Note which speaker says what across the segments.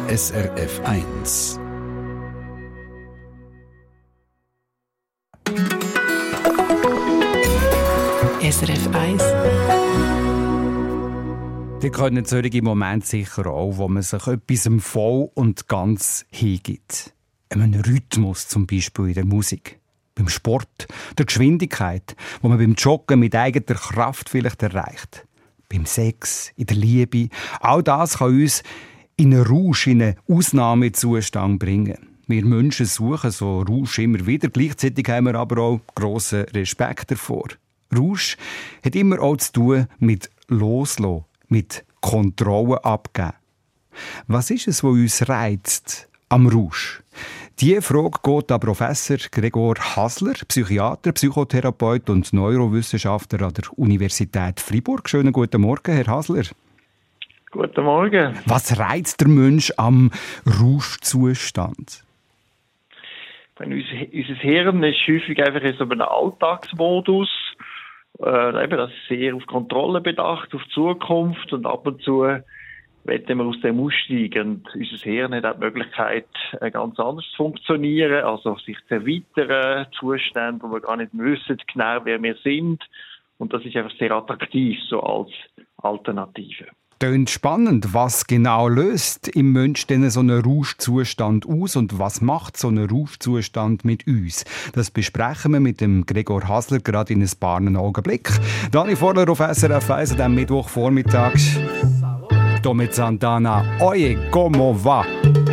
Speaker 1: SRF 1.
Speaker 2: SRF 1.
Speaker 3: Die können solche Momente sicher auch, wo man sich etwas voll und ganz hingibt. Einem Rhythmus zum Beispiel in der Musik, beim Sport, der Geschwindigkeit, wo man beim Joggen mit eigener Kraft vielleicht erreicht. Beim Sex, in der Liebe. All das kann uns in einen Rausch, in einen Ausnahmezustand bringen. Wir Menschen suchen so Rausch immer wieder. Gleichzeitig haben wir aber auch grossen Respekt davor. Rausch hat immer auch zu tun mit Loslassen, mit Kontrolle abgeben. Was ist es, was uns reizt am Rausch? Diese Frage geht an Professor Gregor Hasler, Psychiater, Psychotherapeut und Neurowissenschaftler an der Universität Freiburg. Schönen guten Morgen, Herr Hasler.
Speaker 4: Guten Morgen.
Speaker 3: Was reizt der Mensch am Rauschzustand?
Speaker 4: Unser Hirn ist häufig einfach in so einem Alltagsmodus. Das ist sehr auf Kontrolle bedacht, auf Zukunft, und ab und zu wollen wir aus dem aussteigen. Und unser Hirn hat auch die Möglichkeit, ganz anders zu funktionieren, also sich zu erweitern, Zustände, wo wir gar nicht wissen genau, wer wir sind. Und das ist einfach sehr attraktiv, so als Alternative.
Speaker 3: Tönt spannend. Was genau löst im Mensch denn so einen Rauschzustand aus und was macht so einen Rauschzustand mit uns? Das besprechen wir mit dem Gregor Hasler gerade in ein paar Augenblick. Dani Vorler auf SRF 1 an diesem Mittwochvormittag. Tomé Santana, Oye, como va?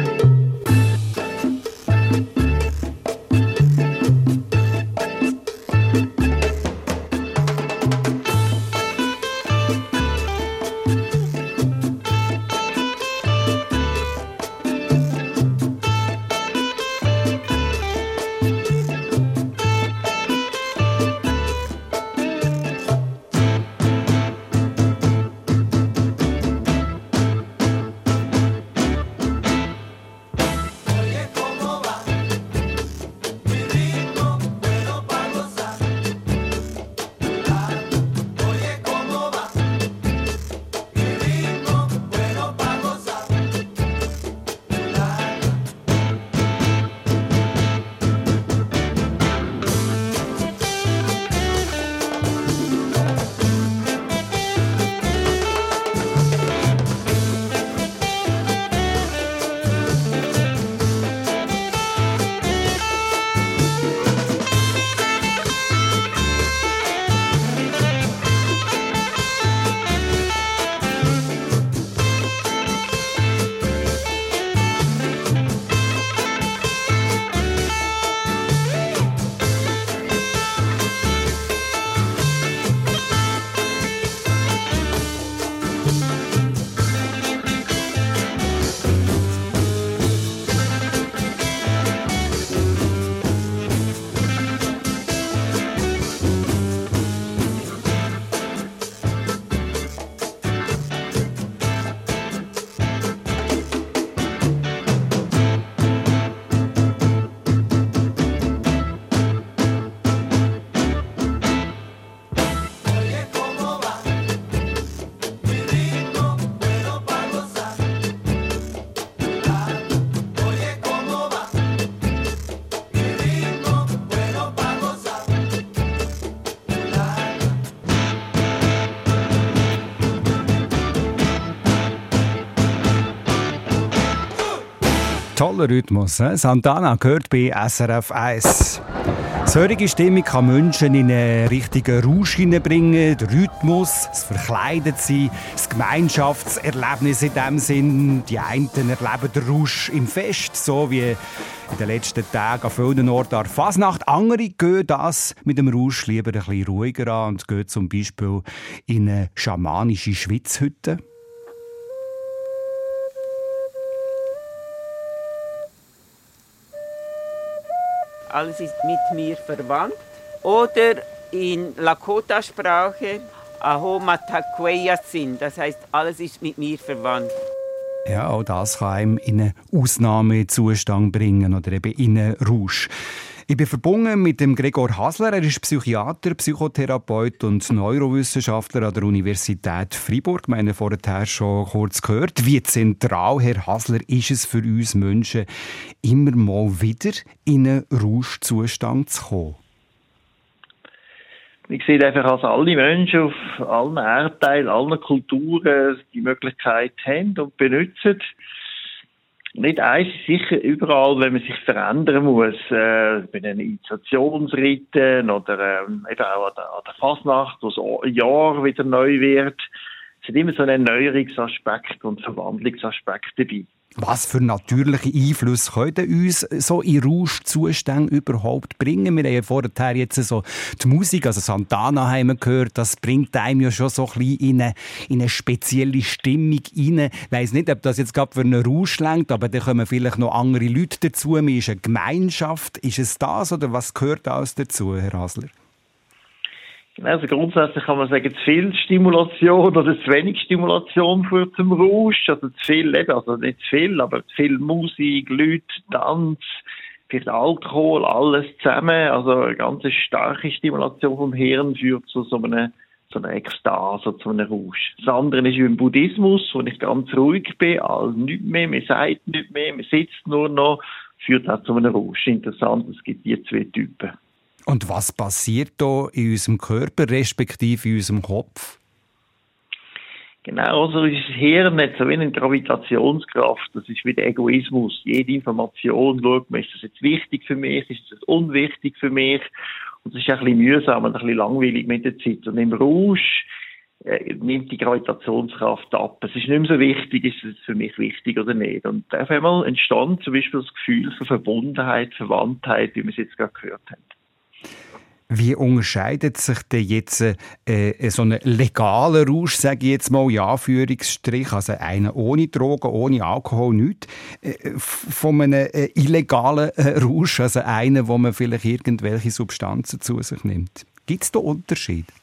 Speaker 3: Toller Rhythmus. Santana gehört bei SRF 1. Solche Stimmung kann Menschen in einen richtigen Rausch hineinbringen. Der Rhythmus, das Verkleidetsein, das Gemeinschaftserlebnis in dem Sinn. Die einen erleben den Rausch im Fest, so wie in den letzten Tagen an vielen Orten an der Fasnacht. Andere gehen das mit dem Rausch lieber ein bisschen ruhiger an und gehen zum Beispiel in eine schamanische Schwitzhütte.
Speaker 5: Alles ist mit mir verwandt. Oder in Lakota-Sprache Ahomataqueya-Sin. Das heißt, alles ist mit mir verwandt.
Speaker 3: Ja, auch das kann einem in einen Ausnahmezustand bringen oder eben in einen Rausch. Ich bin verbunden mit dem Gregor Hasler. Er ist Psychiater, Psychotherapeut und Neurowissenschaftler an der Universität Freiburg. Wir haben vorher schon kurz gehört. Wie zentral, Herr Hasler, ist es für uns Menschen, immer mal wieder in einen Rauschzustand zu kommen?
Speaker 4: Ich sehe einfach, dass alle Menschen auf allen Erdteilen, allen Kulturen die Möglichkeit haben und benutzen. Nicht eins ist sicher überall, wenn man sich verändern muss, bei den Initiationsriten oder eben auch an der Fasnacht, wo es ein Jahr wieder neu wird. Es sind immer so ein Erneuerungsaspekt und Verwandlungsaspekt dabei.
Speaker 3: Was für natürliche Einflüsse können uns so in Rauschzustände überhaupt bringen? Wir haben ja vorher jetzt so die Musik, also Santana haben wir gehört, das bringt einem ja schon so ein bisschen in eine spezielle Stimmung rein. Ich weiss nicht, ob das jetzt gerade für einen Rausch reicht, aber da kommen vielleicht noch andere Leute dazu. Man ist eine Gemeinschaft. Ist es das oder was gehört alles dazu, Herr Hasler?
Speaker 4: Also grundsätzlich kann man sagen, zu viel Stimulation oder zu wenig Stimulation führt zum Rausch. Also zu viel, also nicht zu viel, aber zu viel Musik, Leute, Tanz, viel Alkohol, alles zusammen. Also eine ganz starke Stimulation vom Hirn führt zu so einer Ekstase, zu einem Rausch. Das andere ist wie im Buddhismus, wo ich ganz ruhig bin, nichts mehr, man sagt nichts mehr, man sitzt nur noch, führt auch zu einem Rausch. Interessant, es gibt die zwei Typen.
Speaker 3: Und was passiert da in unserem Körper, respektive in unserem Kopf?
Speaker 4: Genau, also unser Hirn hat so wie eine Gravitationskraft. Das ist wie der Egoismus. Jede Information schaut man, ist das jetzt wichtig für mich, ist das unwichtig für mich? Und das ist ein bisschen mühsam und ein bisschen langweilig mit der Zeit. Und im Rausch nimmt die Gravitationskraft ab. Es ist nicht mehr so wichtig, ist es für mich wichtig oder nicht. Und auf einmal entstand zum Beispiel das Gefühl von Verbundenheit, Verwandtheit, wie wir es jetzt gerade gehört haben.
Speaker 3: Wie unterscheidet sich denn jetzt so ein legaler Rausch, sage ich jetzt mal in Anführungsstrich, also einer ohne Drogen, ohne Alkohol, nichts, von einem illegalen Rausch, also einer, wo man vielleicht irgendwelche Substanzen zu sich nimmt? Gibt es da Unterschiede?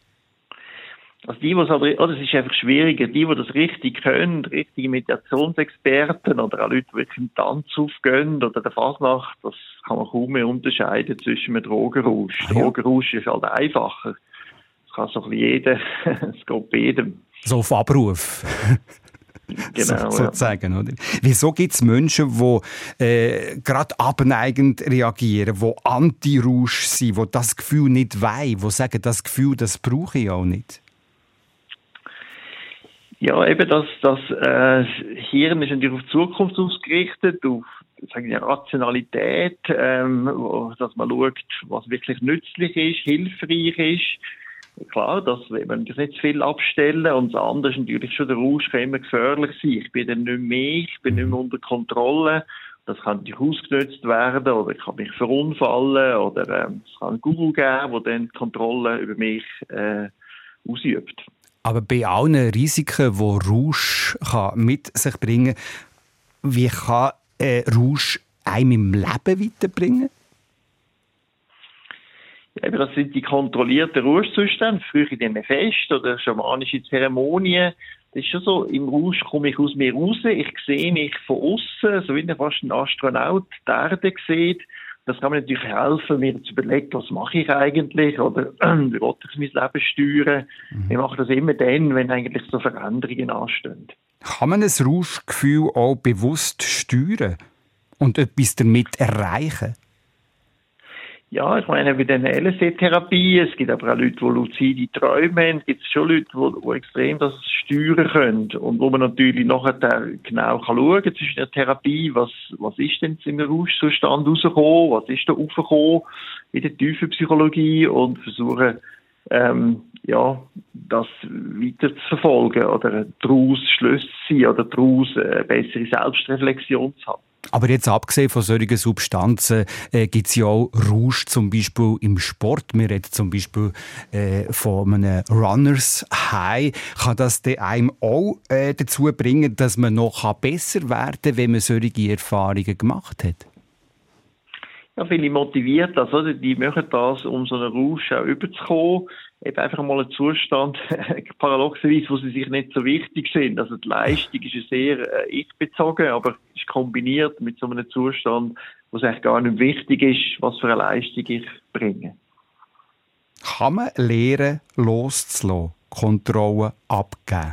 Speaker 4: Also das ist einfach schwieriger. Die das richtig können, richtige Meditationsexperten oder auch Leute, die wirklich im Tanz aufgehen oder der Fasnacht, das kann man kaum mehr unterscheiden zwischen einem Drogenrausch.
Speaker 3: Ah, ja.
Speaker 4: Drogenrausch ist halt einfacher. Das kann so ein bisschen jeder, es geht bei jedem.
Speaker 3: So auf Abruf.
Speaker 4: Genau,
Speaker 3: sozusagen, oder? Wieso gibt es Menschen, die gerade abneigend reagieren, die Anti-Rausch sind, die das Gefühl nicht wollen, die sagen, das Gefühl, das brauche ich auch nicht?
Speaker 4: Ja, eben das Hirn ist natürlich auf die Zukunft ausgerichtet, auf Rationalität, dass man schaut, was wirklich nützlich ist, hilfreich ist. Klar, dass wenn man das nicht zu viel abstellen und das andere ist natürlich schon, der Rausch kann immer gefährlich sein. Ich bin dann nicht mehr ich bin nicht mehr unter Kontrolle. Das kann natürlich ausgenutzt werden oder ich kann mich verunfallen oder es kann Google geben, der dann die Kontrolle über mich ausübt.
Speaker 3: Aber bei allen Risiken, die Rausch mit sich bringen kann, wie kann Rausch einem im Leben weiterbringen?
Speaker 4: Ja, eben, das sind die kontrollierten Rauschzustände, früher in den Festen oder schamanische Zeremonien. Das ist schon so, im Rausch komme ich aus mir raus, ich sehe mich von außen, so wie fast ein Astronaut die Erde sieht. Das kann mir natürlich helfen, mir zu überlegen, was mache ich eigentlich oder wie will ich mein Leben steuern. Ich mache das immer dann, wenn eigentlich so Veränderungen anstehen.
Speaker 3: Kann man ein Rauschgefühl auch bewusst steuern und etwas damit erreichen?
Speaker 4: Ja, ich meine, bei den LSD-Therapien, es gibt aber auch Leute, die luzide Träume haben, es gibt schon Leute, die extrem das steuern können und wo man natürlich nachher genau schauen kann zwischen der Therapie, was ist denn im Rauschzustand rausgekommen, was ist da raufgekommen in der tiefen Psychologie und versuchen, das weiter zu verfolgen oder daraus Schlüsse zu ziehen oder daraus eine bessere Selbstreflexion zu haben.
Speaker 3: Aber jetzt abgesehen von solchen Substanzen gibt es ja auch Rausch zum Beispiel im Sport. Wir reden zum Beispiel von einem Runners High. Kann das einem auch dazu bringen, dass man noch besser werden kann, wenn man solche Erfahrungen gemacht hat?
Speaker 4: Ja, viele motiviert das, oder? Die machen das, um so einen Rausch auch überzukommen. Eben einfach mal ein Zustand, paradoxerweise, wo sie sich nicht so wichtig sind. Also die Leistung ist ja sehr ich-bezogen, aber praktisch kombiniert mit so einem Zustand, wo es eigentlich gar nicht wichtig ist, was für eine Leistung ich bringe.
Speaker 3: Kann man lernen, loszulassen, Kontrolle abgeben?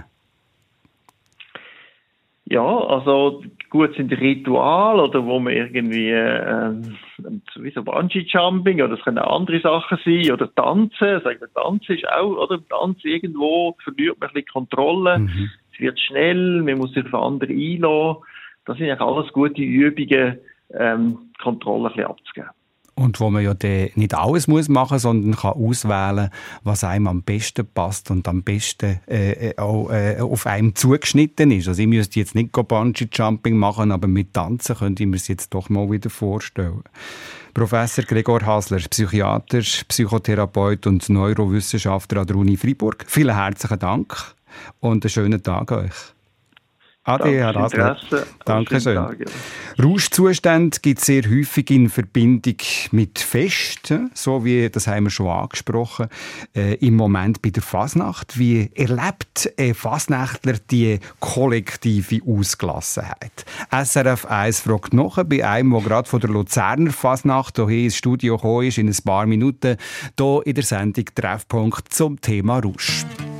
Speaker 4: Ja, also gut sind Rituale oder wo man irgendwie wie so Bungee-Jumping oder es können auch andere Sachen sein oder Tanzen. Sagen wir, Tanzen ist auch, oder Tanzen irgendwo verliert man ein bisschen Kontrolle. Es wird schnell, man muss sich auf andere einlassen. Das sind eigentlich alles gute Übungen, Kontrolle ein bisschen abzugeben.
Speaker 3: Und wo man ja nicht alles machen muss, sondern kann auswählen, was einem am besten passt und am besten auch auf einem zugeschnitten ist. Also ich müsste jetzt nicht Bungee-Jumping machen, aber mit Tanzen könnte ich mir es jetzt doch mal wieder vorstellen. Professor Gregor Hasler, Psychiater, Psychotherapeut und Neurowissenschaftler an der Uni Freiburg. Vielen herzlichen Dank und einen schönen Tag euch. Ade, Herr Hasler. Dankeschön. Rauschzustände gibt es sehr häufig in Verbindung mit Festen, so wie, das haben wir schon angesprochen, im Moment bei der Fasnacht. Wie erlebt ein Fasnächtler die kollektive Ausgelassenheit? SRF 1 fragt nach bei einem, der gerade von der Luzerner Fasnacht hier ins Studio gekommen ist, in ein paar Minuten, hier in der Sendung Treffpunkt zum Thema Rausch.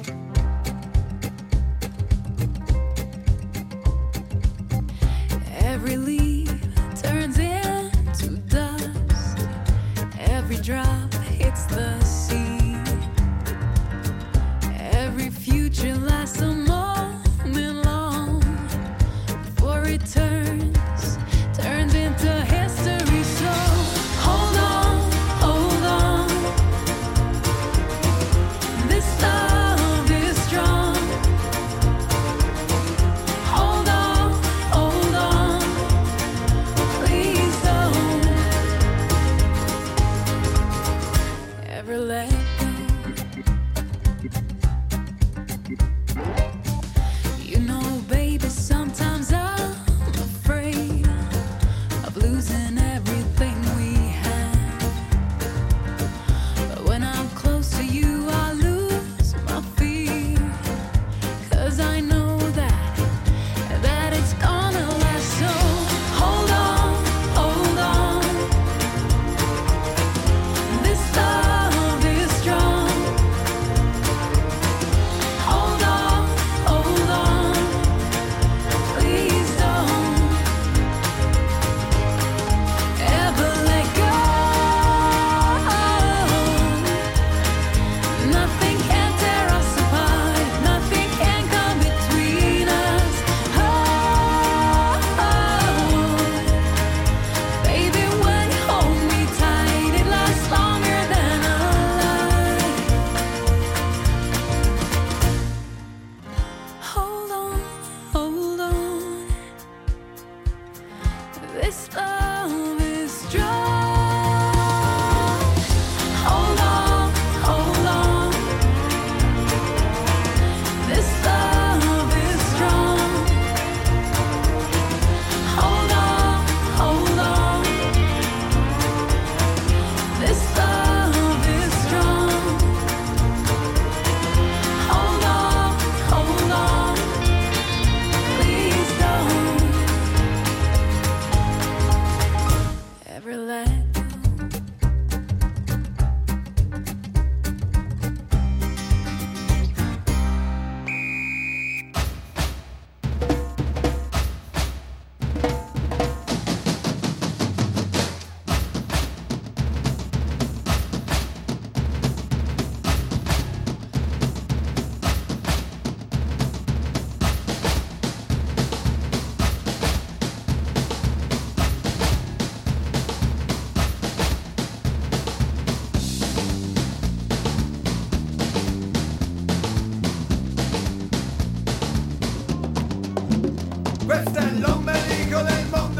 Speaker 6: Questo è l'ombelico del mondo.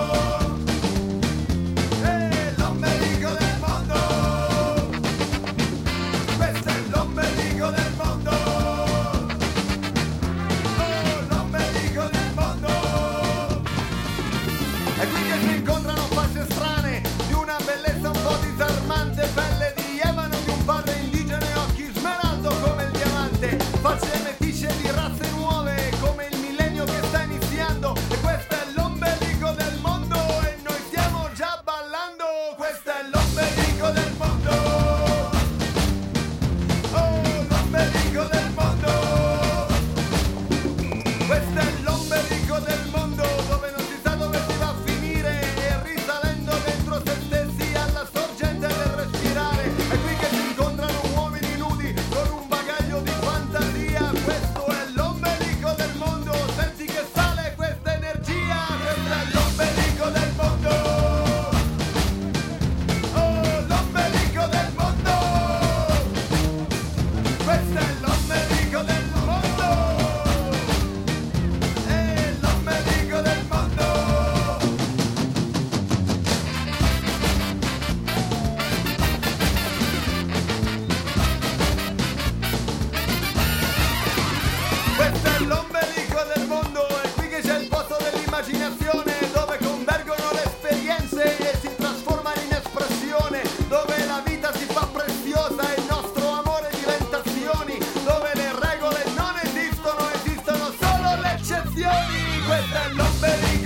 Speaker 6: L'ombelico del mondo. Questo è l'ombelico del mondo. Oh, l'ombelico del mondo. È qui che si incontrano facce strane, di una bellezza un po' disarmante, pelle di ebano di un padre indigene, occhi smeraldo come il diamante, facce meticce di razze nuove come il millennio che sta iniziando. E questa è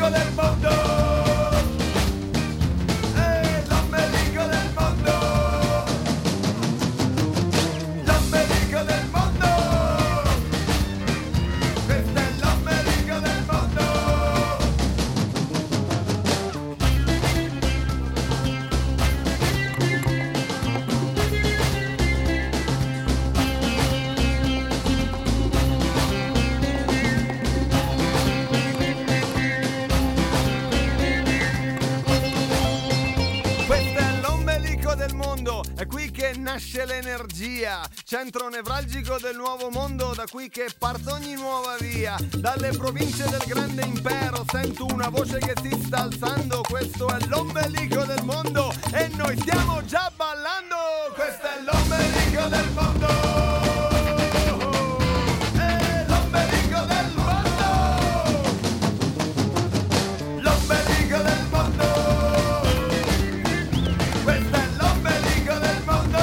Speaker 6: L'ombelico del mondo. L'ombelico del mondo. L'ombelico del mondo. Questo è l'ombelico del mondo. Questo è l'ombelico del mondo, è qui che nasce l'energia, centro nevralgico del nuovo mondo, da qui che parte ogni nuova via. Dalle province del grande impero sento una voce che si sta alzando, questo è l'ombelico del mondo e noi stiamo già ballando. Questo è l'ombelico del mondo. L'ombelico del mondo. L'ombelico del mondo. Questo è l'ombelico del mondo.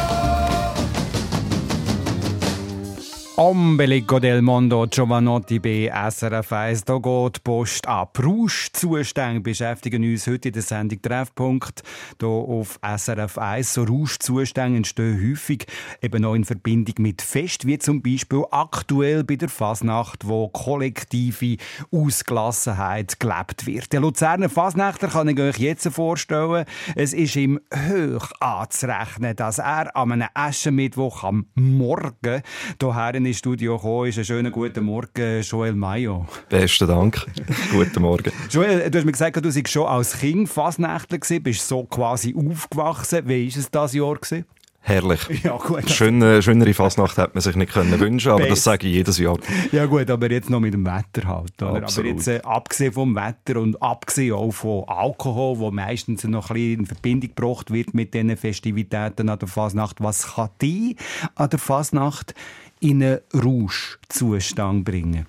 Speaker 3: Ombelico del Mondo, Giovanotti bei SRF 1. Da geht die Post ab. Rauschzustände beschäftigen uns heute in der Sendung Treffpunkt hier auf SRF 1. So Rauschzustände entstehen häufig eben auch in Verbindung mit Fest, wie zum Beispiel aktuell bei der Fasnacht, wo kollektive Ausgelassenheit gelebt wird. Der Luzerner Fasnächter kann ich euch jetzt vorstellen. Es ist ihm hoch anzurechnen, dass er an einem Aschenmittwoch am Morgen hierher ins Studio gekommen ist. Einen schönen guten Morgen, Joel Mayo.
Speaker 7: Besten Dank. Guten Morgen.
Speaker 3: Joel, du hast mir gesagt, du warst schon als Kind Fasnächtler gewesen, bist so quasi aufgewachsen. Wie war es dieses Jahr gewesen?
Speaker 7: Herrlich.
Speaker 3: Ja, gut.
Speaker 7: Schönere Fasnacht hätte man sich nicht wünschen, aber das sage ich jedes Jahr.
Speaker 3: Ja gut, aber jetzt noch mit dem Wetter halt. Oder? Aber jetzt abgesehen vom Wetter und abgesehen auch von Alkohol, wo meistens noch ein bisschen in Verbindung gebracht wird mit diesen Festivitäten an der Fasnacht. Was kann dich an der Fasnacht in einen Rauschzustand bringen?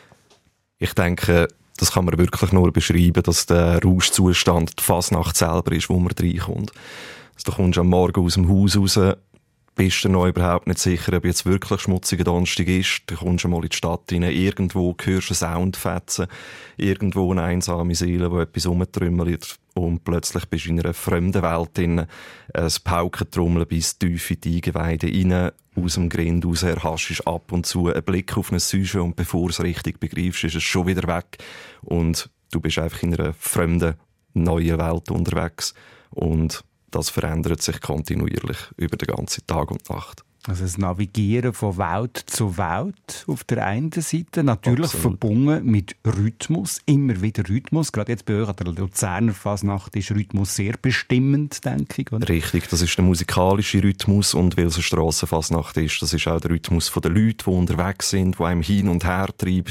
Speaker 7: Ich denke, das kann man wirklich nur beschreiben, dass der Rauschzustand die Fasnacht selber ist, wo man reinkommt. Also, du kommst am Morgen aus dem Haus raus, bist du noch überhaupt nicht sicher, ob jetzt wirklich schmutziger Donnerstag ist. Du kommst einmal in die Stadt rein, irgendwo hörst du einen Sound fetzen, irgendwo eine einsame Seele, die etwas rumtrümmelt und plötzlich bist du in einer fremden Welt drin. Es Paukentrommeln bis tief in die Eingeweide rein, aus dem Grind raus, erhaschst ab und zu einen Blick auf ein Sujet und bevor du es richtig begreifst, ist es schon wieder weg und du bist einfach in einer fremden, neuen Welt unterwegs und das verändert sich kontinuierlich über den ganzen Tag und Nacht.
Speaker 3: Also das Navigieren von Welt zu Welt auf der einen Seite, natürlich
Speaker 7: Absolut.
Speaker 3: verbunden mit Rhythmus, immer wieder Rhythmus. Gerade jetzt bei euch an der Luzerner Fasnacht ist Rhythmus sehr bestimmend, denke ich. Oder?
Speaker 7: Richtig, das ist der musikalische Rhythmus und weil es eine Strassenfasnacht ist, das ist auch der Rhythmus der Leute, die unterwegs sind, die einem hin und her treibt.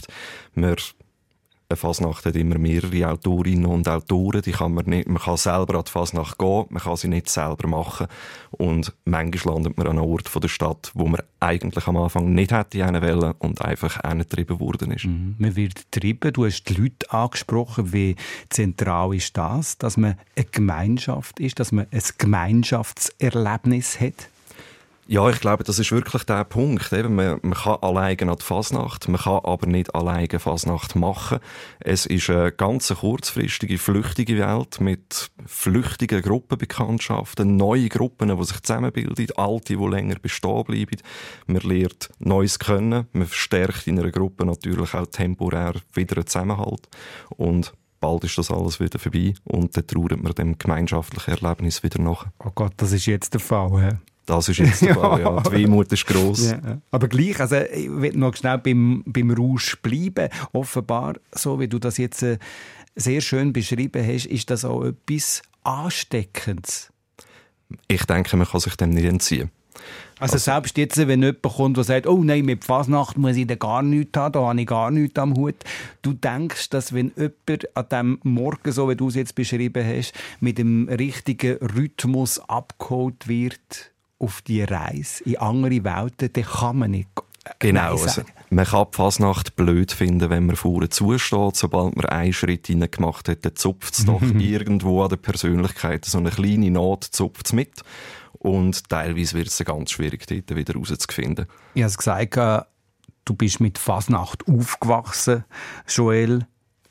Speaker 7: Eine Fasnacht hat immer mehrere Autorinnen und Autoren, die kann man nicht, man kann selber an die Fasnacht gehen, man kann sie nicht selber machen und manchmal landet man an einem Ort von der Stadt, wo man eigentlich am Anfang nicht hätte wollen und einfach hingetrieben worden ist.
Speaker 3: Man wird getrieben, du hast die Leute angesprochen, wie zentral ist das, dass man eine Gemeinschaft ist, dass man ein Gemeinschaftserlebnis hat?
Speaker 7: Ja, ich glaube, das ist wirklich der Punkt. Eben, man kann alleine an die Fasnacht, man kann aber nicht alleine Fasnacht machen. Es ist eine ganz kurzfristige, flüchtige Welt mit flüchtigen Gruppenbekanntschaften, neue Gruppen, die sich zusammenbilden, alte, die länger bestehen bleiben. Man lernt Neues kennen, man verstärkt in einer Gruppe natürlich auch temporär wieder einen Zusammenhalt und bald ist das alles wieder vorbei und dann trauert man dem gemeinschaftlichen Erlebnis wieder nach.
Speaker 3: Oh Gott, das ist jetzt der Fall, he?
Speaker 7: Das ist jetzt der Fall, ja. Die Wehmut ist gross.
Speaker 3: Ja. Aber gleich, also ich will noch schnell beim Rausch bleiben. Offenbar, so wie du das jetzt sehr schön beschrieben hast, ist das auch etwas Ansteckendes.
Speaker 7: Ich denke, man kann sich dem nicht entziehen.
Speaker 3: Also selbst jetzt, wenn jemand kommt, der sagt, oh nein, mit Fasnacht muss ich da gar nichts haben, da habe ich gar nichts am Hut. Du denkst, dass wenn jemand an diesem Morgen, so wie du es jetzt beschrieben hast, mit dem richtigen Rhythmus abgeholt wird auf die Reise in andere Welten, dann kann man nicht
Speaker 7: Genau, also, man kann die Fasnacht blöd finden, wenn man vorne zusteht. Sobald man einen Schritt hinein gemacht hat, dann zupft es doch irgendwo an der Persönlichkeit. So eine kleine Not zupft es mit. Und teilweise wird es ganz schwierig, dort wieder rauszufinden.
Speaker 3: Ich habe es gesagt, du bist mit Fasnacht aufgewachsen, Joel.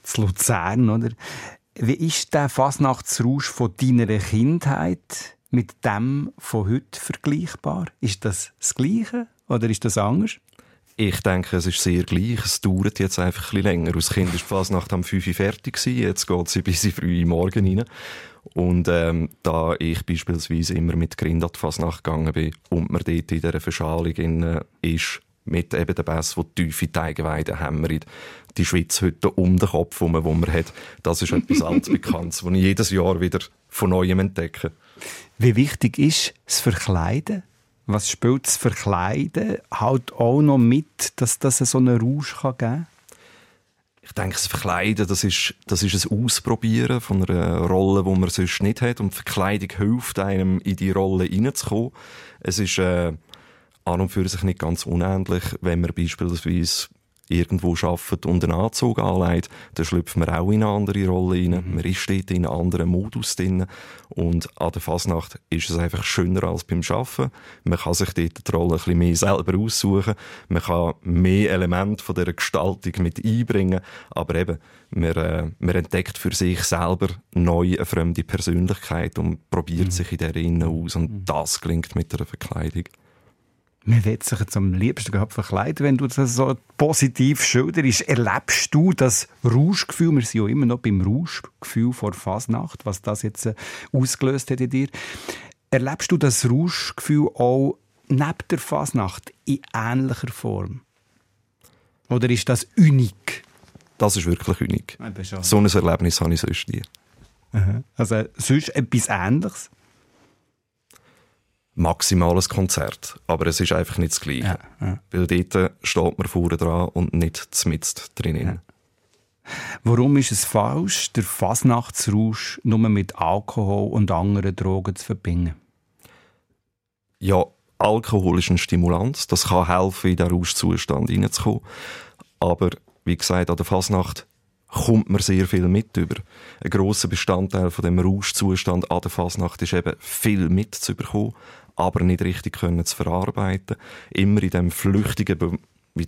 Speaker 3: zu Luzern, oder? Wie ist der Fasnachtsrausch von deiner Kindheit mit dem von heute vergleichbar? Ist das Gleiche oder ist das anders?
Speaker 7: Ich denke, es ist sehr gleich. Es dauert jetzt einfach ein bisschen länger. Als Kind war die Fasnacht um 5 Uhr fertig. Jetzt geht sie bis in früh Morgen rein. Und da ich beispielsweise immer mit Grind an die Fasnacht gegangen bin und man dort in dieser Verschalung ist, mit eben den Bässen, die tiefe Teigenweide hämmern, die Schwitzhütte um den Kopf herum, die man hat, das ist etwas Altbekanntes, das ich jedes Jahr wieder von Neuem entdecke.
Speaker 3: Wie wichtig ist das Verkleiden? Was spielt das Verkleiden halt auch noch mit, dass das so einen Rausch geben kann?
Speaker 7: Ich denke, das Verkleiden, das ist ein Ausprobieren von einer Rolle, die man sonst nicht hat. Und die Verkleidung hilft einem, in die Rolle hineinzukommen. Es ist an und für sich nicht ganz unähnlich, wenn man beispielsweise irgendwo arbeitet und einen Anzug anlegt, dann schlüpft man auch in eine andere Rolle rein. Man ist dort in einem anderen Modus drin. Und an der Fasnacht ist es einfach schöner als beim Arbeiten. Man kann sich dort die Rolle ein bisschen mehr selber aussuchen. Man kann mehr Elemente von dieser Gestaltung mit einbringen. Aber eben, man entdeckt für sich selber neu eine fremde Persönlichkeit und probiert sich in der innen aus. Und das gelingt mit einer Verkleidung.
Speaker 3: Man will sich jetzt am liebsten verkleiden, wenn du das so positiv schilderst. Erlebst du das Rauschgefühl, wir sind ja immer noch beim Rauschgefühl vor Fasnacht, was das jetzt ausgelöst hat in dir. Erlebst du das Rauschgefühl auch neben der Fasnacht in ähnlicher Form? Oder ist das unik?
Speaker 7: Das ist wirklich unik. So ein Erlebnis habe ich sonst nie.
Speaker 3: Also sonst etwas Ähnliches?
Speaker 7: Maximales Konzert, aber es ist einfach nicht das Gleiche. Ja. Weil dort steht man vorne dran und nicht zmitzt drinnen. Ja.
Speaker 3: Warum ist es falsch, den Fasnachtsrausch nur mit Alkohol und anderen Drogen zu verbinden?
Speaker 7: Ja, Alkohol ist ein Stimulanz. Das kann helfen, in den Rauschzustand hineinzukommen. Aber wie gesagt, an der Fasnacht kommt man sehr viel mit über. Ein grosser Bestandteil von dem Rauschzustand an der Fasnacht ist eben viel mitzubekommen, aber nicht richtig zu verarbeiten. Immer in dem flüchtigen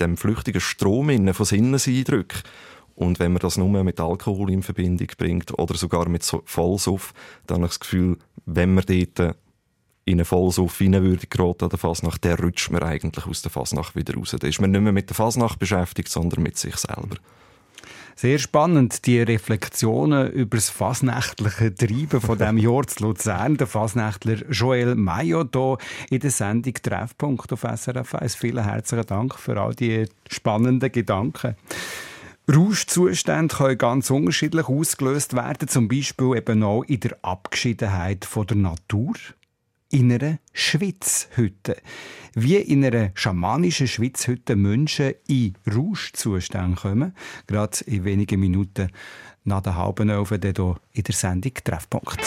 Speaker 7: Strom von Sinneseindrücken. Und wenn man das nur mit Alkohol in Verbindung bringt oder sogar mit Vollsuff, dann habe ich das Gefühl, wenn man dort in einen Vollsuff rein würde geraten an der Fasnacht, dann rutscht man eigentlich aus der Fasnacht wieder raus. Da ist man nicht mehr mit der Fasnacht beschäftigt, sondern mit sich selber.
Speaker 3: Sehr spannend, die Reflexionen über das fasnächtliche Treiben von diesem Jahr zu Luzern. Der Fasnächtler Joel Maillot hier in der Sendung «Treffpunkt» auf SRF 1. Vielen herzlichen Dank für all die spannenden Gedanken. Rauschzustände können ganz unterschiedlich ausgelöst werden, zum Beispiel eben auch in der Abgeschiedenheit von der Natur. In einer Schwitzhütte. Wie in einer schamanischen Schwitzhütte Menschen in Rauschzustände kommen. Gerade in wenigen Minuten nach der 10:30 hier in der Sendung «Treffpunkt».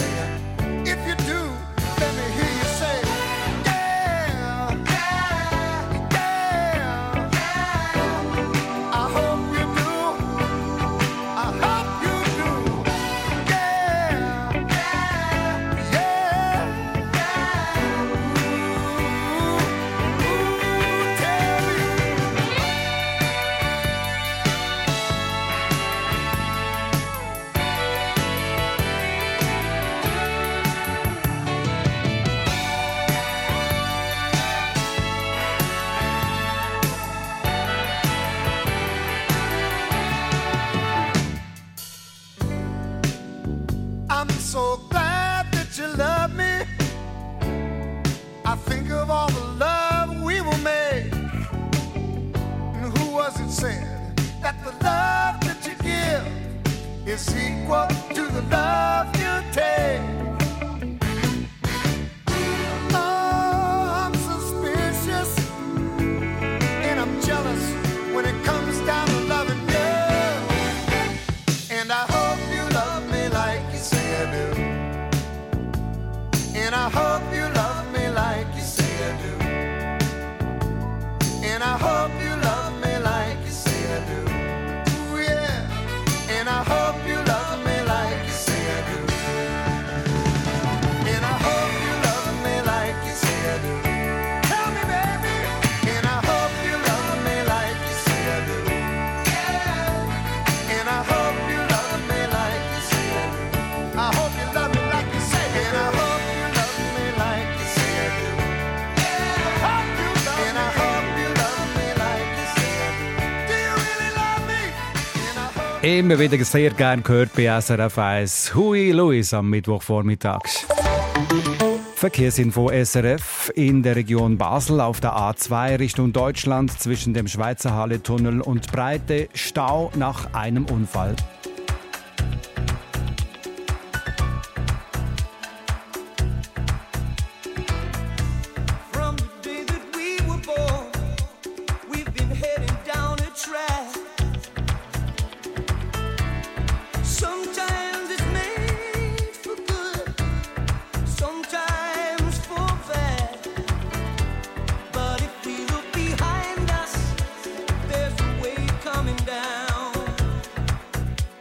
Speaker 6: If you do, let me hear you say, yeah, yeah. said that the love that you give is equal to the love you take. Oh, I'm suspicious and I'm jealous when it comes down to loving you. And I hope you love me like you say I do. And I hope you love me like you say I do. And I hope you love me like you say I do. Ooh, yeah. And I hope you love me like you say I do. And I hope you love me like you say I do. Tell me, baby. And I hope you love me like you say I do. Yeah. And I hope you love me like you say I do. I hope you love me like you say. And I hope you love me like you say I do. Yeah. I hope you love me. And I hope you love me like you say I do. Do you really love me? And I hope.
Speaker 3: Immer wieder sehr gern gehört bei SRF 1 Huey Lewis am Mittwochvormittags. Verkehrsinfo SRF in der Region Basel auf der A2 Richtung Deutschland zwischen dem Schweizer Halle-Tunnel und Breite Stau nach einem Unfall.
Speaker 8: From the day that we were born, we've been heading down a track. Sometimes it's made for good, sometimes for bad. But if we look behind us, there's a wave coming down.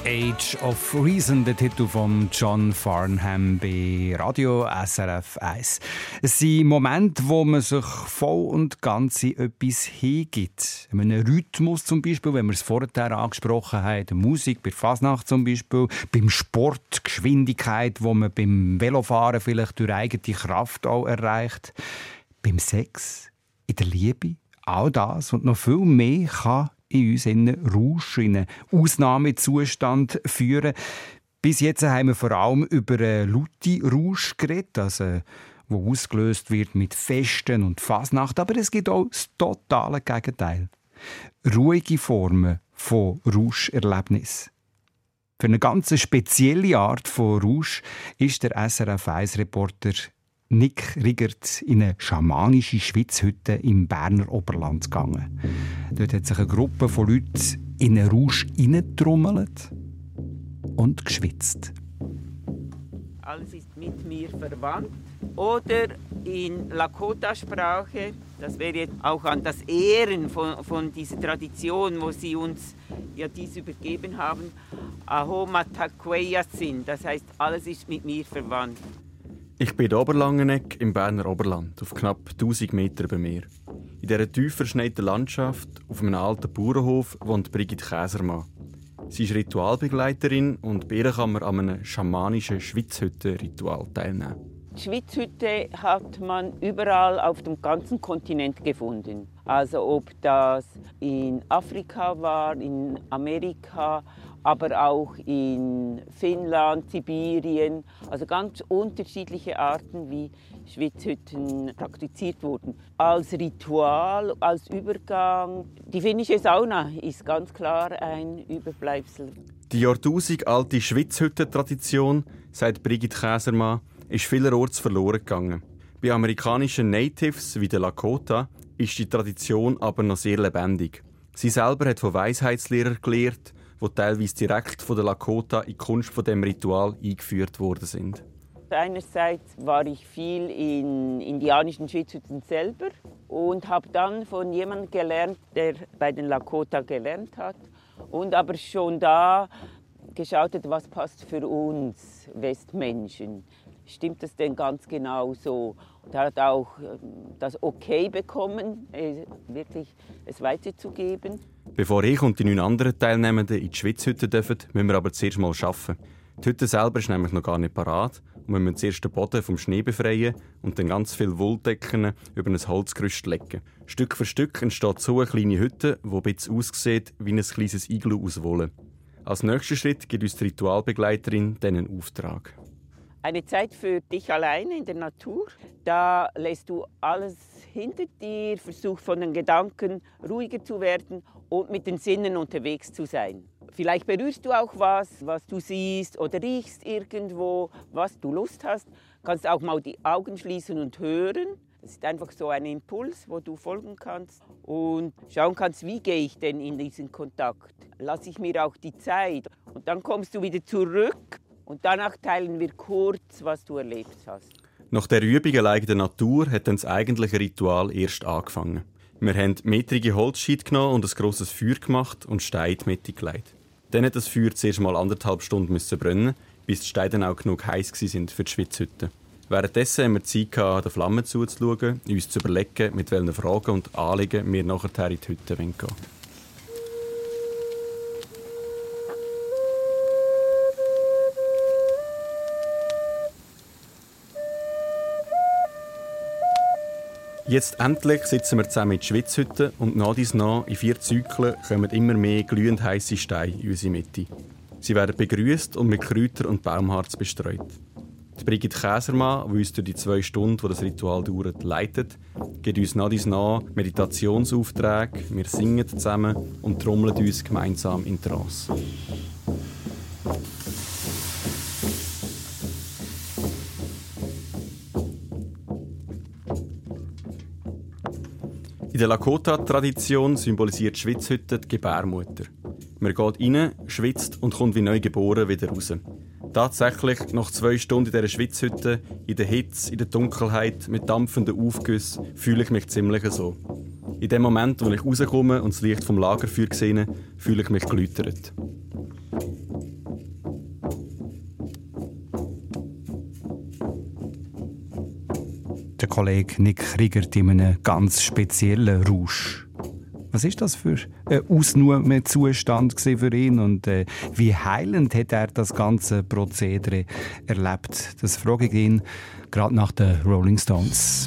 Speaker 3: Age of Reason, der Titel von John Farnham bei Radio SRF 1. Es sind Momente, wo man sich voll und ganz in etwas hingibt. Einen Rhythmus zum Beispiel, wenn wir es vorher angesprochen haben, der Musik, bei Fasnacht zum Beispiel, beim Sport, Geschwindigkeit, wo man beim Velofahren vielleicht durch eigene Kraft auch erreicht, beim Sex, in der Liebe. All das und noch viel mehr kann in uns in einen Rausch, in einen Ausnahmezustand führen. Bis jetzt haben wir vor allem über einen lauten Rausch geredet, also, wo ausgelöst wird mit Festen und Fasnacht. Aber es gibt auch das totale Gegenteil. Ruhige Formen von Rauscherlebnis. Für eine ganz spezielle Art von Rausch ist der SRF 1-Reporter Nick Rigert in eine schamanische Schwitzhütte im Berner Oberland gegangen. Dort hat sich eine Gruppe von Leuten in einen Rausch hineingetrommelt und geschwitzt.
Speaker 5: Alles ist mit mir verwandt. Oder in Lakota-Sprache, das wäre jetzt auch an das Ehren von dieser Tradition, wo sie uns ja dies übergeben haben, Aho Matakweya sind. Das heißt, alles ist mit mir verwandt.
Speaker 9: Ich bin in Oberlangenegg im Berner Oberland, auf knapp 1000 Meter über mir. In dieser tief verschneiten Landschaft, auf einem alten Bauernhof, wohnt Brigitte Käsermann. Sie ist Ritualbegleiterin und bei ihr kann man an einem schamanischen Schwitzhütten-Ritual teilnehmen.
Speaker 5: Die Schwitzhütte hat man überall auf dem ganzen Kontinent gefunden. Also ob das in Afrika war, in Amerika, aber auch in Finnland, Sibirien. Also ganz unterschiedliche Arten, wie Schwitzhütten praktiziert wurden. Als Ritual, als Übergang. Die finnische Sauna ist ganz klar ein Überbleibsel.
Speaker 9: Die jahrtausendalte Schwitzhütten-Tradition, sagt Brigitte Käsermann, ist vielerorts verloren gegangen. Bei amerikanischen Natives wie den Lakota ist die Tradition aber noch sehr lebendig. Sie selber hat von Weisheitslehrern gelehrt, die teilweise direkt von den Lakota in die Kunst von dem Ritual eingeführt worden sind.
Speaker 5: Einerseits war ich viel in indianischen Schwitzhütten selber und habe dann von jemandem gelernt, der bei den Lakota gelernt hat und aber schon da geschaut hat, was passt für uns Westmenschen. Stimmt das denn ganz genau so? Und er hat auch das Okay bekommen, wirklich es weiterzugeben.
Speaker 9: Bevor ich und die 9 anderen Teilnehmenden in die Schwitzhütte dürfen, müssen wir aber zuerst mal arbeiten. Die Hütte selber ist nämlich noch gar nicht parat und wir müssen zuerst den Boden vom Schnee befreien und dann ganz viele Wolldecken über ein Holzgerüst legen. Stück für Stück entsteht so eine kleine Hütte, die ein bisschen aussieht wie ein kleines Iglu aus Wolle. Als nächster Schritt gibt uns die Ritualbegleiterin dann einen Auftrag.
Speaker 5: Eine Zeit für dich alleine in der Natur. Da lässt du alles hinter dir, versuchst von den Gedanken ruhiger zu werden und mit den Sinnen unterwegs zu sein. Vielleicht berührst du auch was du siehst oder riechst irgendwo, was du Lust hast. Kannst auch mal die Augen schließen und hören. Das ist einfach so ein Impuls, wo du folgen kannst und schauen kannst, wie gehe ich denn in diesen Kontakt. Lasse ich mir auch die Zeit und dann kommst du wieder zurück. Und danach teilen wir kurz, was du erlebt hast.
Speaker 9: Nach der Übung allein in der Natur hat dann das eigentliche Ritual erst angefangen. Wir haben metrige Holzscheite genommen und ein grosses Feuer gemacht und Steine in die Mitte gelegt. Dann hat das Feuer zuerst mal 1,5 Stunden brennen, bis die Steine dann auch genug heiß waren für die Schwitzhütte. Währenddessen haben wir Zeit gehabt, den Flammen zuzuschauen, uns zu überlegen, mit welchen Fragen und Anliegen wir nachher in die Hütte gehen wollen. Jetzt endlich sitzen wir zusammen in der Schwitzhütte und nach dies nach in 4 Zyklen kommen immer mehr glühend heisse Steine in unsere Mitte. Sie werden begrüßt und mit Kräutern und Baumharz bestreut. Die Brigitte Käsermann, die uns durch die 2 Stunden, die das Ritual dauert, leitet, gibt uns nach dies nach Meditationsaufträge, wir singen zusammen und trommeln uns gemeinsam in Trance. In der Lakota-Tradition symbolisiert die Schwitzhütte die Gebärmutter. Man geht rein, schwitzt und kommt wie neu geboren wieder raus. Tatsächlich, nach 2 Stunden in dieser Schwitzhütte, in der Hitze, in der Dunkelheit, mit dampfenden Aufgüssen, fühle ich mich ziemlich so. In dem Moment, wo ich rauskomme und das Licht vom Lagerfeuer sehe, fühle ich mich geläutert.
Speaker 3: der Kollege Nick Kriegert in einem ganz speziellen Rausch. Was ist das für ein Ausnahmezustand für ihn und wie heilend hat er das ganze Prozedere erlebt? Das frage ich ihn gerade nach den Rolling Stones.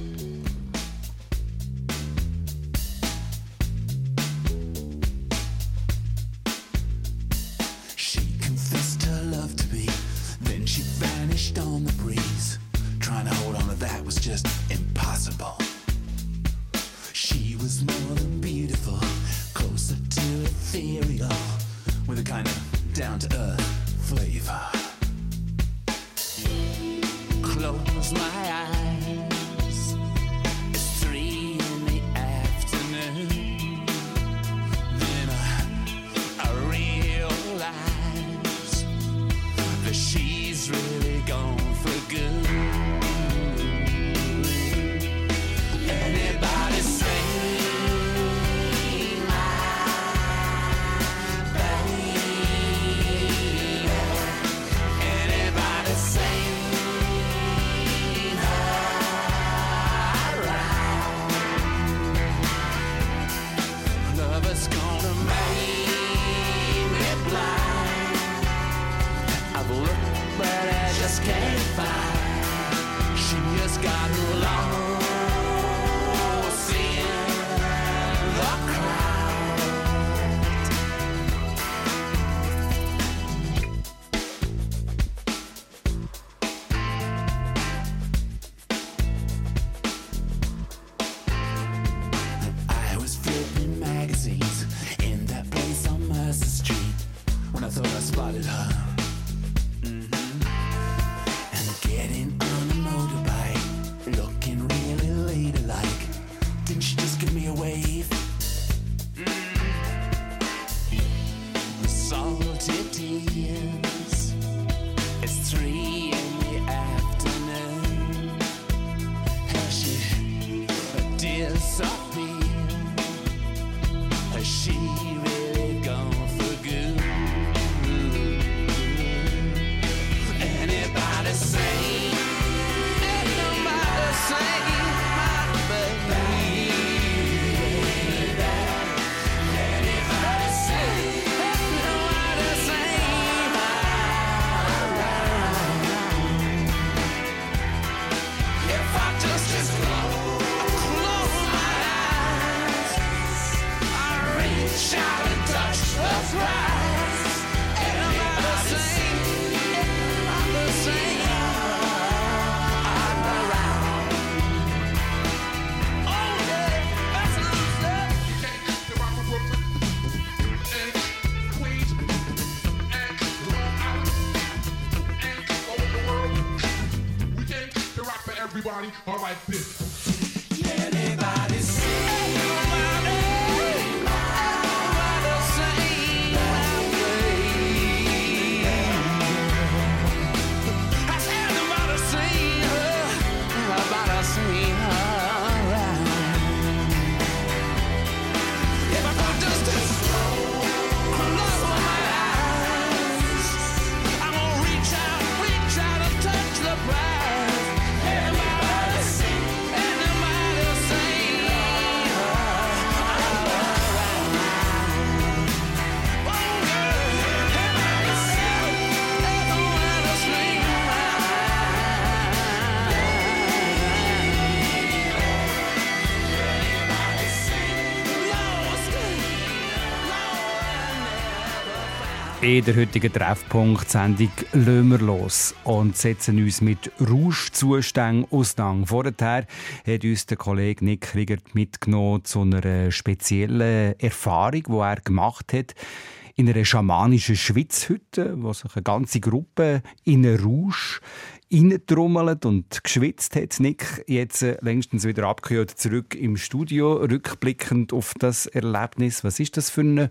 Speaker 3: In der heutigen Treffpunkt-Sendung lassen wir los und setzen uns mit Rauschzuständen auseinander. Vorher hat uns der Kollege Nick Kriegert mitgenommen zu einer speziellen Erfahrung, die er gemacht hat in einer schamanischen Schwitzhütte, wo sich eine ganze Gruppe in einen Rausch reintrommelt und geschwitzt hat. Nick, jetzt längstens wieder abgehört, zurück im Studio, rückblickend auf das Erlebnis. Was ist das für ein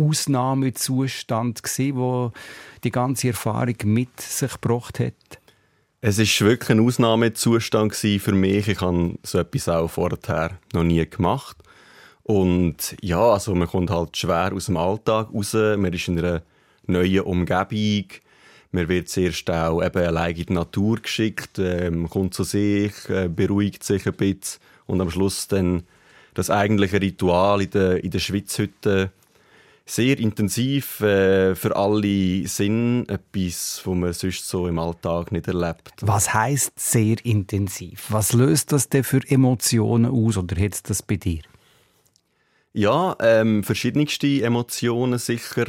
Speaker 3: Ausnahmezustand gewesen, wo die ganze Erfahrung mit sich gebracht hat?
Speaker 9: Es war wirklich ein Ausnahmezustand für mich. Ich habe so etwas auch vorher noch nie gemacht. Und ja, also man kommt halt schwer aus dem Alltag raus. Man ist in einer neuen Umgebung. Man wird zuerst auch eben allein in die Natur geschickt, kommt zu sich, beruhigt sich ein bisschen und am Schluss dann das eigentliche Ritual in der Schwitzhütte. Sehr intensiv für alle Sinn, etwas, was man sonst so im Alltag nicht erlebt.
Speaker 3: Was heisst sehr intensiv? Was löst das denn für Emotionen aus oder hat es das bei dir?
Speaker 9: Ja, verschiedenste Emotionen sicher.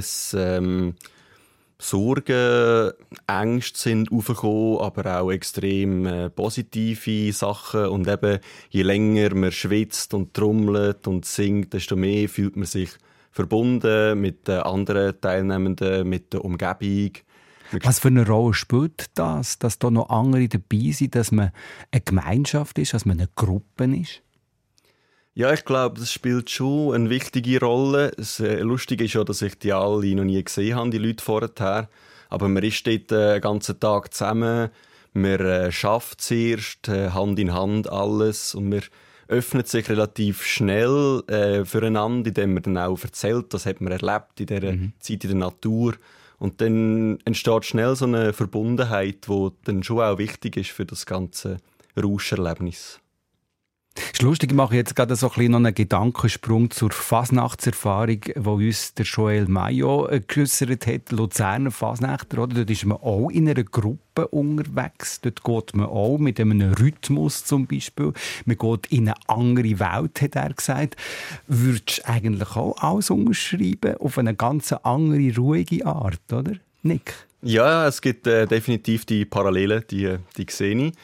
Speaker 9: Sorgen, Ängste sind aufgekommen, aber auch extrem positive Sachen. Und eben, je länger man schwitzt und trommelt und singt, desto mehr fühlt man sich verbunden mit den anderen Teilnehmenden, mit der Umgebung.
Speaker 3: Was für eine Rolle spielt das, dass da noch andere dabei sind, dass man eine Gemeinschaft ist, dass man eine Gruppe ist?
Speaker 9: Ja, ich glaube, das spielt schon eine wichtige Rolle. Das Lustige ist ja, dass ich die alle noch nie gesehen habe, die Leute vorher. Aber man ist dort den ganzen Tag zusammen, man schafft zuerst, Hand in Hand alles und man öffnet sich relativ schnell füreinander, indem man dann auch erzählt, das hat man erlebt in dieser Zeit in der Natur. Und dann entsteht schnell so eine Verbundenheit, die dann schon auch wichtig ist für das ganze Rauscherlebnis.
Speaker 3: Es ist lustig, ich mache jetzt gerade so ein bisschen noch einen Gedankensprung zur Fasnachtserfahrung, die uns der Joel Mayo geäussert hat, Luzerner Fasnächter. Oder? Dort ist man auch in einer Gruppe unterwegs. Dort geht man auch mit einem Rhythmus zum Beispiel. Man geht in eine andere Welt, hat er gesagt. Würdest du eigentlich auch alles unterschreiben auf eine ganz andere, ruhige Art, oder, Nick?
Speaker 9: Ja, es gibt definitiv die Parallelen, die sehe ich.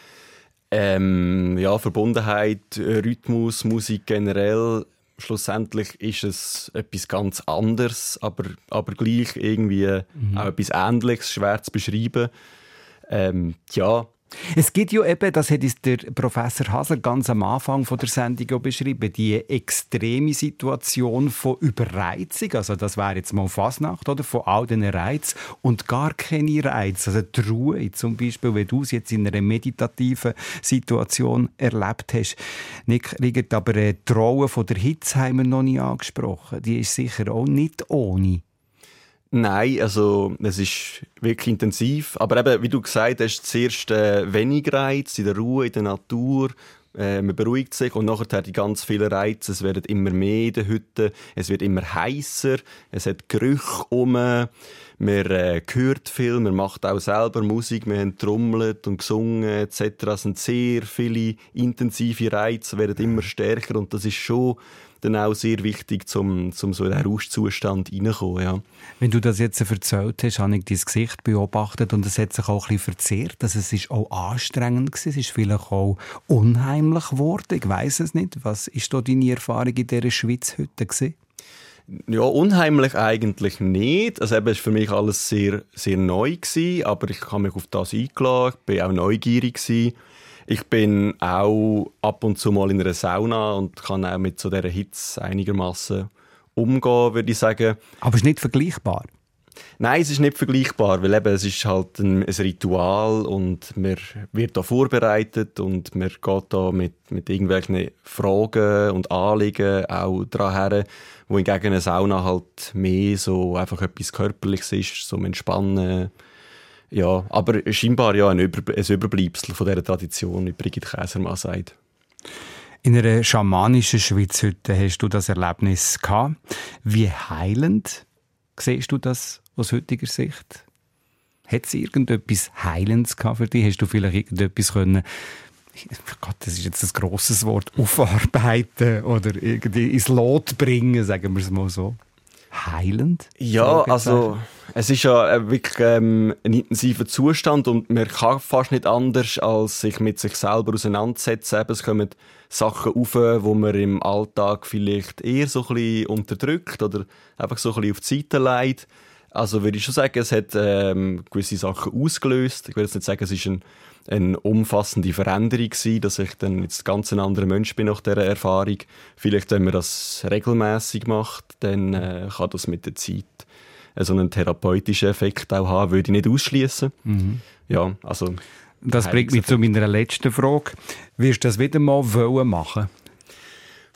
Speaker 9: Ja, Verbundenheit, Rhythmus, Musik generell. Schlussendlich ist es etwas ganz anderes, aber gleich irgendwie auch etwas Ähnliches, schwer zu beschreiben. Ja.
Speaker 3: Es gibt ja eben, das hat uns der Professor Hasler ganz am Anfang von der Sendung beschrieben, die extreme Situation von Überreizung. Also das wäre jetzt mal Fasnacht, oder? Von all diesen Reizen und gar keine Reize. Also die Ruhe zum Beispiel, wenn du es jetzt in einer meditativen Situation erlebt hast. Nick Riegert, aber die Rolle von der Hitze haben wir noch nie angesprochen. Die ist sicher auch nicht ohne.
Speaker 9: Nein, also es ist wirklich intensiv. Aber eben, wie du gesagt hast, zuerst wenig Reiz in der Ruhe, in der Natur. Man beruhigt sich und nachher die ganz vielen Reize. Es werden immer mehr in den Hütten. Es wird immer heißer. Es hat Gerüche um. Man hört viel. Man macht auch selber Musik. Wir haben trommelt und gesungen etc. Es sind sehr viele intensive Reize, werden immer stärker. Und das ist schon dann auch sehr wichtig, um so in den Rauschzustand reinzukommen. Ja.
Speaker 3: Wenn du das jetzt erzählt hast, habe ich dein Gesicht beobachtet und es hat sich auch ein bisschen verzerrt. Also es ist auch anstrengend gewesen, es ist vielleicht auch unheimlich geworden. Ich weiss es nicht. Was ist da deine Erfahrung in dieser Schwitzhütte gewesen?
Speaker 9: Ja, unheimlich eigentlich nicht. Also eben, es war für mich alles sehr, sehr neu gewesen, aber ich habe mich auf das eingeladen, ich war auch neugierig gewesen. Ich bin auch ab und zu mal in einer Sauna und kann auch mit so dieser Hitze einigermaßen umgehen, würde ich sagen.
Speaker 3: Aber es ist nicht vergleichbar?
Speaker 9: Nein, es ist nicht vergleichbar, weil eben, es ist halt ein Ritual und man wird da vorbereitet und man geht da mit irgendwelchen Fragen und Anliegen auch daran her, wo hingegen eine Sauna halt mehr so einfach etwas Körperliches ist, so Entspannen. Ja, aber scheinbar ja ein Überbleibsel von dieser Tradition, wie Brigitte Käsermann sagt.
Speaker 3: In einer schamanischen Schwitzhütte hast du das Erlebnis gehabt. Wie heilend siehst du das aus heutiger Sicht? Hat es irgendetwas Heilendes gehabt für dich? Hast du vielleicht irgendetwas können, Gott, das ist jetzt ein grosses Wort, aufarbeiten oder irgendwie ins Lot bringen, sagen wir es mal so? Heilend?
Speaker 9: Ja, also es ist ja wirklich ein intensiver Zustand und man kann fast nicht anders, als sich mit sich selber auseinandersetzen. Eben, es kommen Sachen auf, wo man im Alltag vielleicht eher so ein bisschen unterdrückt oder einfach so ein bisschen auf die Seite legt. Also würde ich schon sagen, es hat gewisse Sachen ausgelöst. Ich will jetzt nicht sagen, es ist eine umfassende Veränderung gewesen, dass ich dann jetzt ganz ein anderer Mensch bin nach dieser Erfahrung. Vielleicht, wenn man das regelmäßig macht, dann kann das mit der Zeit so einen therapeutischen Effekt auch haben, würde ich nicht ausschließen. Mhm. Ja, also
Speaker 3: das bringt mich zu meiner letzten Frage. Wirst du das wieder mal machen?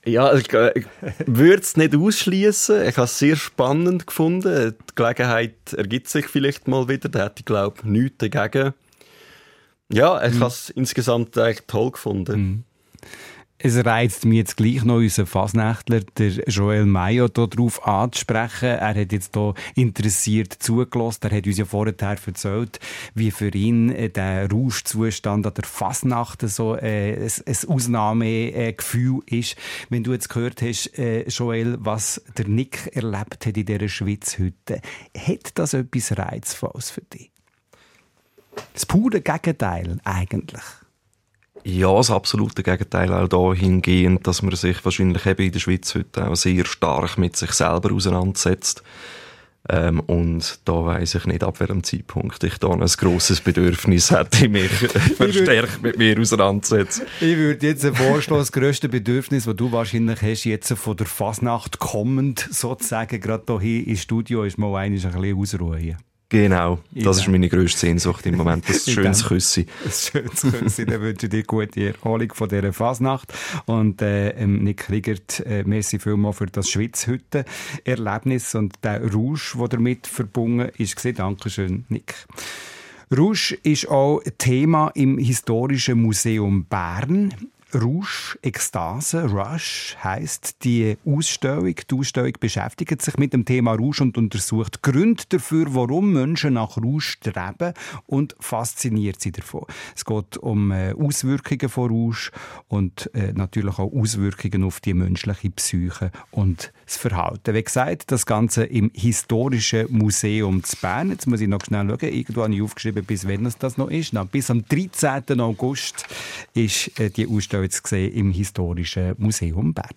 Speaker 9: Ja, ich würde es nicht ausschließen. Ich habe es sehr spannend gefunden. Die Gelegenheit ergibt sich vielleicht mal wieder. Da hätte ich, glaube ich, nichts dagegen. Ja, ich habe es insgesamt eigentlich toll gefunden.
Speaker 3: Es reizt mich jetzt gleich noch, unseren Fasnächtler, der Joel Mayo, darauf anzusprechen. Er hat jetzt hier interessiert zugelassen. Er hat uns ja vorher erzählt, wie für ihn der Rauschzustand an der Fasnacht so ein Ausnahmegefühl ist. Wenn du jetzt gehört hast, Joel, was der Nick erlebt hat in dieser Schwitzhütte, hat das etwas Reizvolles für dich? Das pure Gegenteil eigentlich.
Speaker 7: Ja, das absolute Gegenteil auch dahingehend, dass man sich wahrscheinlich eben in der Schweiz heute auch sehr stark mit sich selber auseinandersetzt. Und da weiss ich nicht, ab welchem Zeitpunkt ich da ein grosses Bedürfnis hätte, mich verstärkt mit mir auseinanderzusetzen.
Speaker 3: Ich würde jetzt vorschlagen, das grösste Bedürfnis, das du wahrscheinlich hast, jetzt von der Fasnacht kommend, sozusagen, gerade hier im Studio, ist mal ein bisschen ausruhen hier.
Speaker 7: Genau, das ist meine grösste Sehnsucht im Moment, das schönes Küssi.
Speaker 3: Das schönes Küssi, dann wünsche ich dir gute Erholung von dieser Fasnacht. Und Nick Kriegert, merci vielmals für das Schwitzhütten-Erlebnis und der Rausch, der damit verbunden ist. Dankeschön, Nick. Rausch ist auch Thema im Historischen Museum Bern. Rausch, Ekstase, Rush heisst die Ausstellung. Die Ausstellung beschäftigt sich mit dem Thema Rausch und untersucht Gründe dafür, warum Menschen nach Rausch streben und fasziniert sie davon. Es geht um Auswirkungen von Rausch und natürlich auch Auswirkungen auf die menschliche Psyche und das Verhalten. Wie gesagt, das Ganze im Historischen Museum zu Bern. Jetzt muss ich noch schnell schauen. Irgendwo habe ich aufgeschrieben, bis wann es das noch ist. Bis am 13. August ist die Ausstellung zu sehen im Historischen Museum Bern.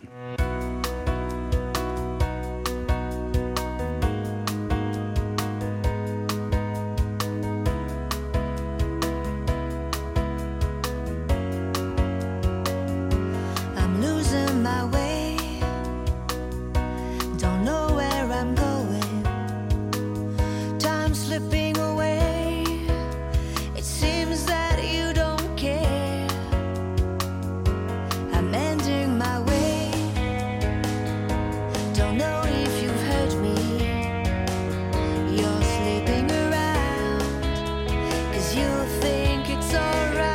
Speaker 10: I'm losing my way, don't know where I'm going, time's slipping away, it seems that you don't care, I'm ending my way, don't know if you've heard me, you're sleeping around, 'cause you think it's alright.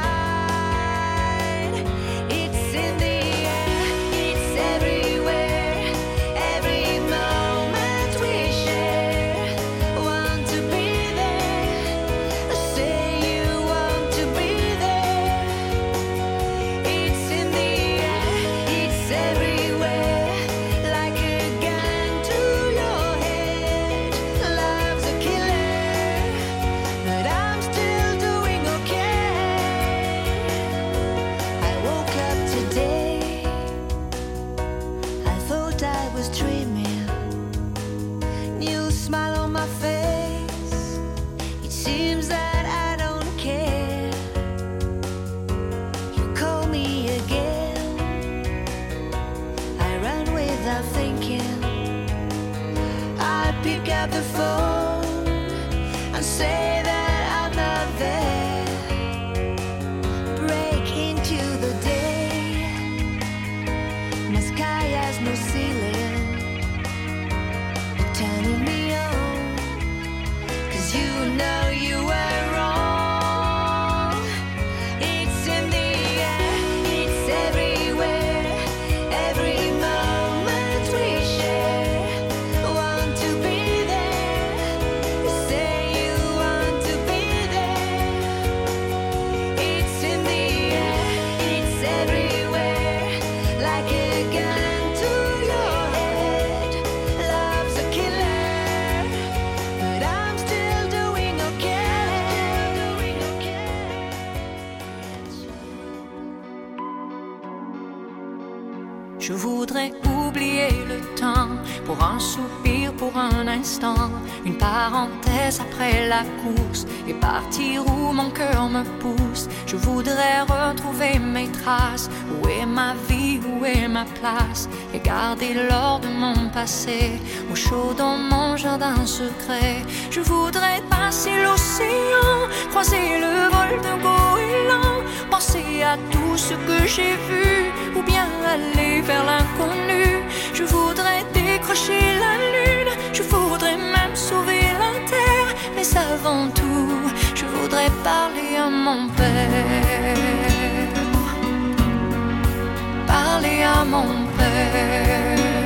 Speaker 10: It's in the air, it's everywhere, every moment we share. Want to be there, say you want to be there. It's in the air, it's everywhere, like a gun to your head. Love's a killer, but I'm still doing okay. I woke up today, I thought I was dreaming. New smile on my face, it seems that I don't care. You call me again, I run without thinking. I pick up the phone and say that I'm not there. Break into the day, my sky has no ceiling. You're turning me on, 'cause you know you were wrong. It's in the air, it's everywhere, every moment we share. Want to be there, say you want to be there. It's in the air, it's everywhere, like a gun to your head. Love's a killer, but I'm still doing okay.
Speaker 11: Je voudrais oublier le temps pour un soupir, pour un instant, une parenthèse après la course et partir où mon cœur me pousse. Je voudrais retrouver mes traces, où est ma vie, où est ma place, et garder l'or de mon passé au chaud dans mon jardin secret. Je voudrais passer l'océan, croiser le vol d'un goéland, penser à tout ce que j'ai vu, ou bien aller vers l'inconnu. Je voudrais décrocher la lune, je voudrais même sauver la terre. Mais avant tout, je voudrais parler à mon père. Parler à mon père.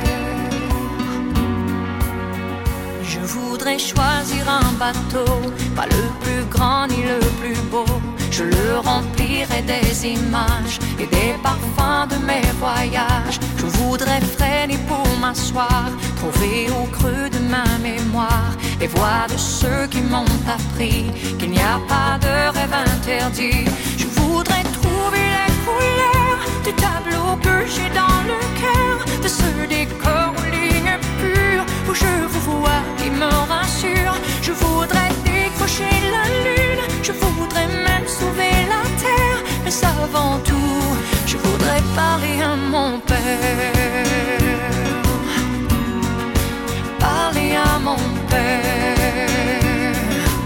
Speaker 11: Je voudrais choisir un bateau, pas le plus grand ni le plus beau. Je le remplirai des images et des parfums de mes voyages. Je voudrais freiner pour m'asseoir, trouver au creux de ma mémoire les voix de ceux qui m'ont appris qu'il n'y a pas de rêve interdit. Je voudrais trouver les couleurs du tableau que j'ai dans le cœur, de ce décor aux lignes pures où je vous vois qui me rassure. Je voudrais décrocher la lune, je voudrais même sauver la terre. Mais avant tout, je voudrais parler à mon père. Parler à mon père.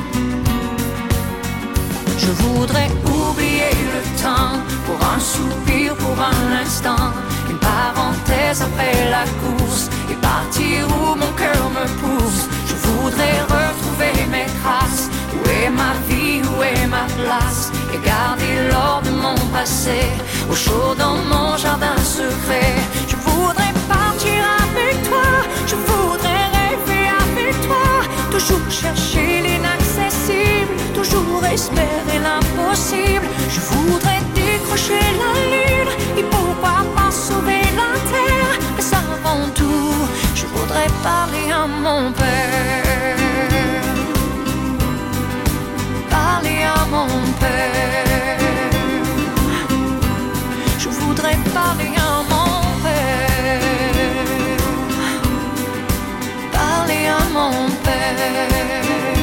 Speaker 11: Je voudrais oublier le temps pour un soupir, pour un instant, une parenthèse après la course et partir où mon cœur me pousse. Je voudrais retrouver mes traces. Où est ma vie, où est ma place? Et garder l'or de mon passé au chaud dans mon jardin secret. Je voudrais partir avec toi, je voudrais rêver avec toi. Toujours chercher l'inaccessible, toujours espérer l'impossible. Je voudrais décrocher la lune et pourquoi pas sauver la terre. Mais avant tout, je voudrais parler à mon père. Parler à mon père. Je voudrais parler à mon père. Parler à mon père.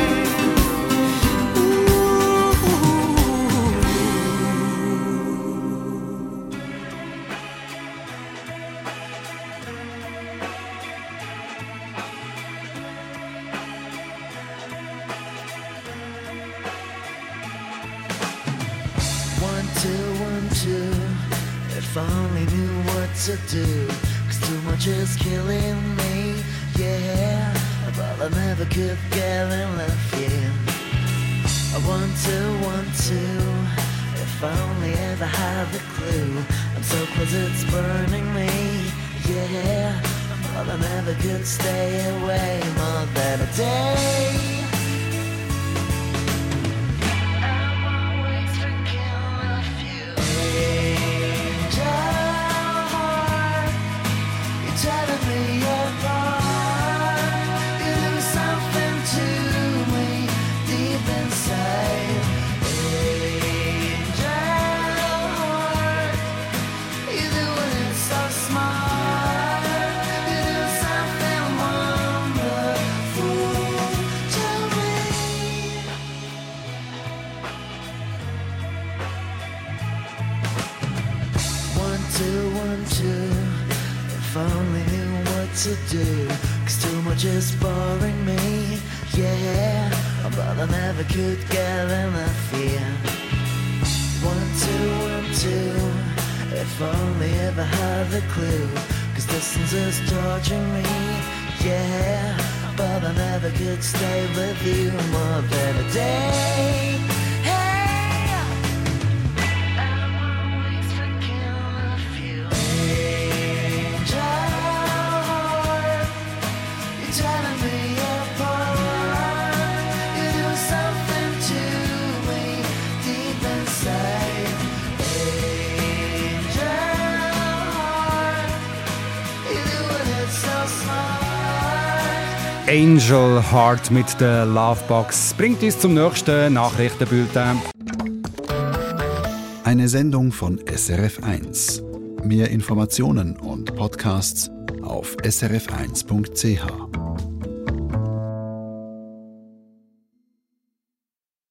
Speaker 12: If I only knew what to do, 'cause too much is killing me, yeah. But I never could get enough, yeah. I want to, if I only ever had the clue. I'm so close it's burning me, yeah. But I never could stay away more than a day. If I only knew what to do, 'cause too much is bothering me, yeah. But I never could get enough, yeah. 1, 2, if I only ever had the clue, 'cause distance is torturing me, yeah. But I never could stay with you more than a day.
Speaker 3: Angel Heart mit der Lovebox bringt uns zum nächsten Nachrichtenbulletin.
Speaker 1: Eine Sendung von SRF1. Mehr Informationen und Podcasts auf srf1.ch.